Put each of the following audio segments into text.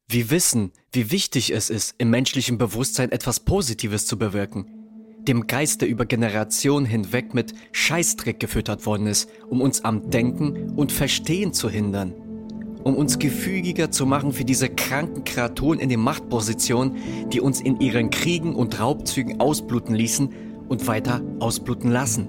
Wir wissen, wie wichtig es ist, im menschlichen Bewusstsein etwas Positives zu bewirken. Dem Geist, der über Generationen hinweg mit Scheißdreck gefüttert worden ist, um uns am Denken und Verstehen zu hindern. Um uns gefügiger zu machen für diese kranken Kreaturen in den Machtpositionen, die uns in ihren Kriegen und Raubzügen ausbluten ließen und weiter ausbluten lassen.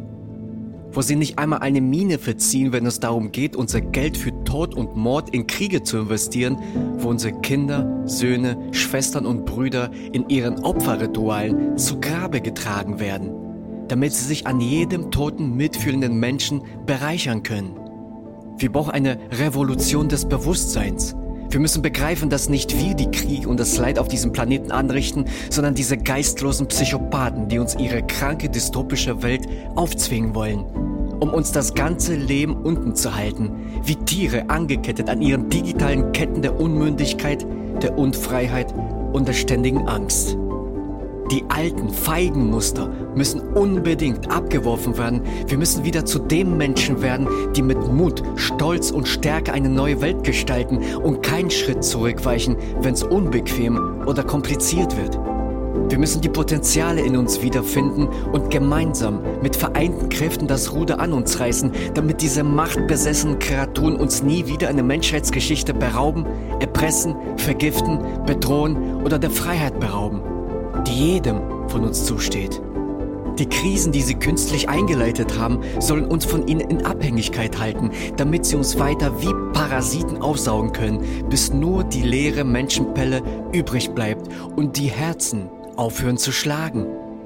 Wo sie nicht einmal eine Miene verziehen, wenn es darum geht, unser Geld für Tod und Mord in Kriege zu investieren, wo unsere Kinder, Söhne, Schwestern und Brüder in ihren Opferritualen zu Grabe getragen werden, damit sie sich an jedem toten, mitfühlenden Menschen bereichern können. Wir brauchen eine Revolution des Bewusstseins. Wir müssen begreifen, dass nicht wir die Kriege und das Leid auf diesem Planeten anrichten, sondern diese geistlosen Psychopathen, die uns ihre kranke, dystopische Welt aufzwingen wollen, um uns das ganze Leben unten zu halten, wie Tiere angekettet an ihren digitalen Ketten der Unmündigkeit, der Unfreiheit und der ständigen Angst. Die alten, feigen Muster müssen unbedingt abgeworfen werden. Wir müssen wieder zu den Menschen werden, die mit Mut, Stolz und Stärke eine neue Welt gestalten und keinen Schritt zurückweichen, wenn es unbequem oder kompliziert wird. Wir müssen die Potenziale in uns wiederfinden und gemeinsam mit vereinten Kräften das Ruder an uns reißen, damit diese machtbesessenen Kreaturen uns nie wieder in der Menschheitsgeschichte berauben, erpressen, vergiften, bedrohen oder der Freiheit berauben, die jedem von uns zusteht. Die Krisen, die sie künstlich eingeleitet haben, sollen uns von ihnen in Abhängigkeit halten, damit sie uns weiter wie Parasiten aufsaugen können, bis nur die leere Menschenpelle übrig bleibt und die Herzen aufhören zu schlagen.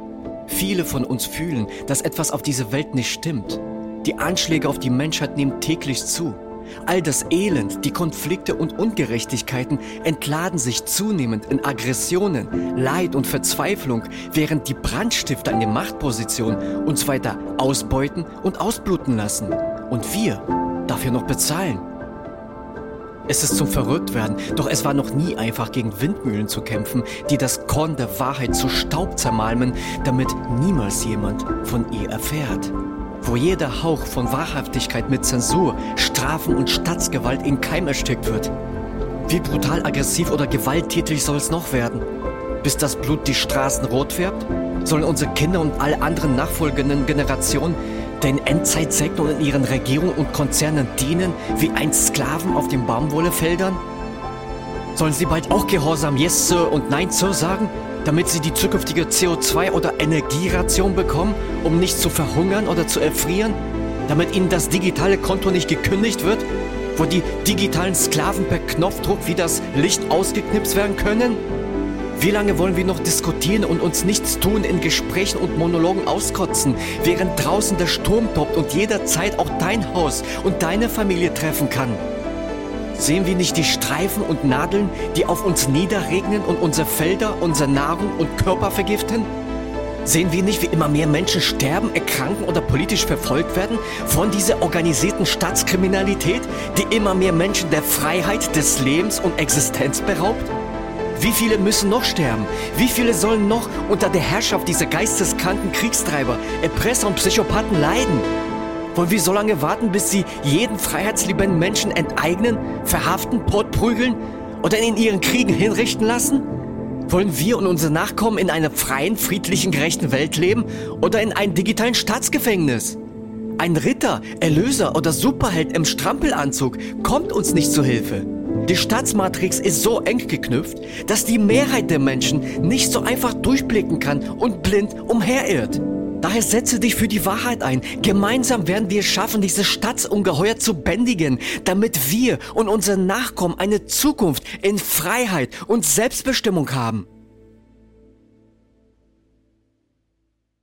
Viele von uns fühlen, dass etwas auf dieser Welt nicht stimmt. Die Anschläge auf die Menschheit nehmen täglich zu. All das Elend, die Konflikte und Ungerechtigkeiten entladen sich zunehmend in Aggressionen, Leid und Verzweiflung, während die Brandstifter in den Machtpositionen uns weiter ausbeuten und ausbluten lassen. Und wir dafür noch bezahlen. Es ist zum Verrücktwerden, doch es war noch nie einfach, gegen Windmühlen zu kämpfen, die das Korn der Wahrheit zu Staub zermalmen, damit niemals jemand von ihr erfährt. Wo jeder Hauch von Wahrhaftigkeit mit Zensur, Strafen und Staatsgewalt in Keim erstickt wird. Wie brutal aggressiv oder gewalttätig soll es noch werden? Bis das Blut die Straßen rot färbt? Sollen unsere Kinder und alle anderen nachfolgenden Generationen den Endzeitsekten in ihren Regierungen und Konzernen dienen, wie einst Sklaven auf den Baumwollefeldern? Sollen sie bald auch gehorsam Yes Sir und Nein Sir sagen, damit sie die zukünftige CO2- oder Energieration bekommen, um nicht zu verhungern oder zu erfrieren? Damit ihnen das digitale Konto nicht gekündigt wird, wo die digitalen Sklaven per Knopfdruck wie das Licht ausgeknipst werden können? Wie lange wollen wir noch diskutieren und uns nichts tun in Gesprächen und Monologen auskotzen, während draußen der Sturm tobt und jederzeit auch dein Haus und deine Familie treffen kann? Sehen wir nicht die Streifen und Nadeln, die auf uns niederregnen und unsere Felder, unsere Nahrung und Körper vergiften? Sehen wir nicht, wie immer mehr Menschen sterben, erkranken oder politisch verfolgt werden von dieser organisierten Staatskriminalität, die immer mehr Menschen der Freiheit, des Lebens und Existenz beraubt? Wie viele müssen noch sterben? Wie viele sollen noch unter der Herrschaft dieser geisteskranken Kriegstreiber, Erpresser und Psychopathen leiden? Wollen wir so lange warten, bis sie jeden freiheitsliebenden Menschen enteignen, verhaften, totprügeln oder in ihren Kriegen hinrichten lassen? Wollen wir und unsere Nachkommen in einer freien, friedlichen, gerechten Welt leben oder in einem digitalen Staatsgefängnis? Ein Ritter, Erlöser oder Superheld im Strampelanzug kommt uns nicht zu Hilfe. Die Staatsmatrix ist so eng geknüpft, dass die Mehrheit der Menschen nicht so einfach durchblicken kann und blind umherirrt. Daher setze dich für die Wahrheit ein. Gemeinsam werden wir es schaffen, dieses Staatsungeheuer zu bändigen, damit wir und unsere Nachkommen eine Zukunft in Freiheit und Selbstbestimmung haben.